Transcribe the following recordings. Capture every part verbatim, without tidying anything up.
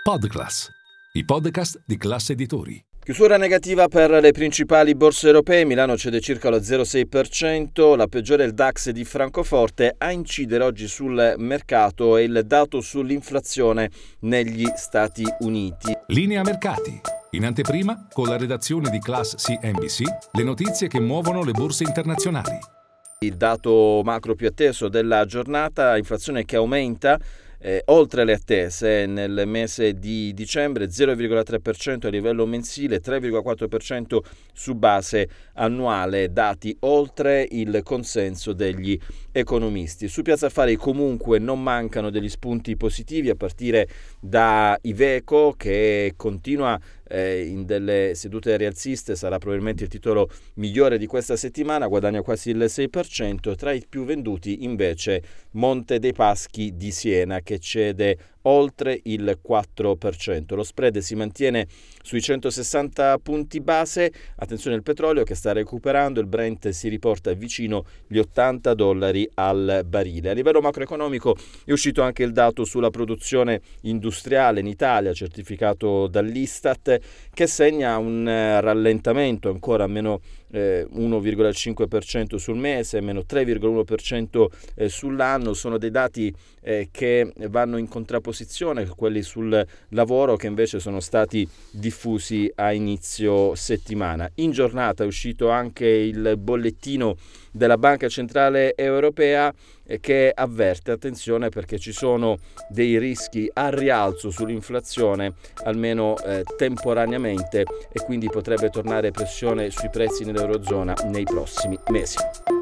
Podclass, i podcast di Classe Editori. Chiusura negativa per le principali borse europee. Milano cede circa lo zero virgola sei per cento, la peggiore è il DAX di Francoforte. A incidere oggi sul mercato è il dato sull'inflazione negli Stati Uniti. Linea mercati. In anteprima, con la redazione di Class C N B C, le notizie che muovono le borse internazionali. Il dato macro più atteso della giornata, inflazione che aumenta Eh, oltre le attese nel mese di dicembre, zero virgola tre per cento a livello mensile, tre virgola quattro per cento su base annuale, dati oltre il consenso degli economisti. Su Piazza Affari comunque non mancano degli spunti positivi, a partire da Iveco, che continua eh, in delle sedute rialziste, sarà probabilmente il titolo migliore di questa settimana, guadagna quasi il sei per cento. Tra i più venduti invece Monte dei Paschi di Siena, che cede oltre il quattro per cento. Lo spread si mantiene sui centosessanta punti base. Attenzione al petrolio che sta recuperando, il Brent si riporta vicino gli ottanta dollari al barile. A livello macroeconomico è uscito anche il dato sulla produzione industriale in Italia, certificato dall'Istat, che segna un rallentamento ancora a meno eh, uno virgola cinque per cento sul mese, meno tre virgola uno per cento eh, sull'anno. Sono dei dati eh, che vanno in contrapposizione con quelli sul lavoro, che invece sono stati diffusi a inizio settimana. In giornata è uscito anche il bollettino della Banca Centrale Europea eh, che avverte, attenzione, perché ci sono dei rischi a rialzo sull'inflazione, almeno eh, temporaneamente, e quindi potrebbe tornare pressione sui prezzi nell'Eurozona nei prossimi mesi.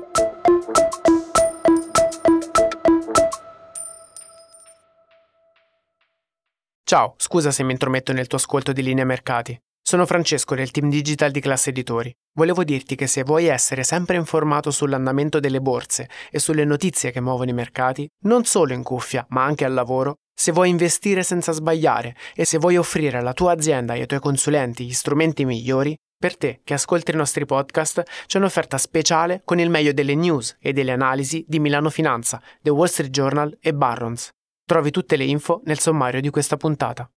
Ciao, scusa se mi intrometto nel tuo ascolto di Linea Mercati. Sono Francesco del team digital di Classe Editori. Volevo dirti che se vuoi essere sempre informato sull'andamento delle borse e sulle notizie che muovono i mercati, non solo in cuffia, ma anche al lavoro, se vuoi investire senza sbagliare e se vuoi offrire alla tua azienda e ai tuoi consulenti gli strumenti migliori, per te che ascolti i nostri podcast c'è un'offerta speciale con il meglio delle news e delle analisi di Milano Finanza, The Wall Street Journal e Barron's. Trovi tutte le info nel sommario di questa puntata.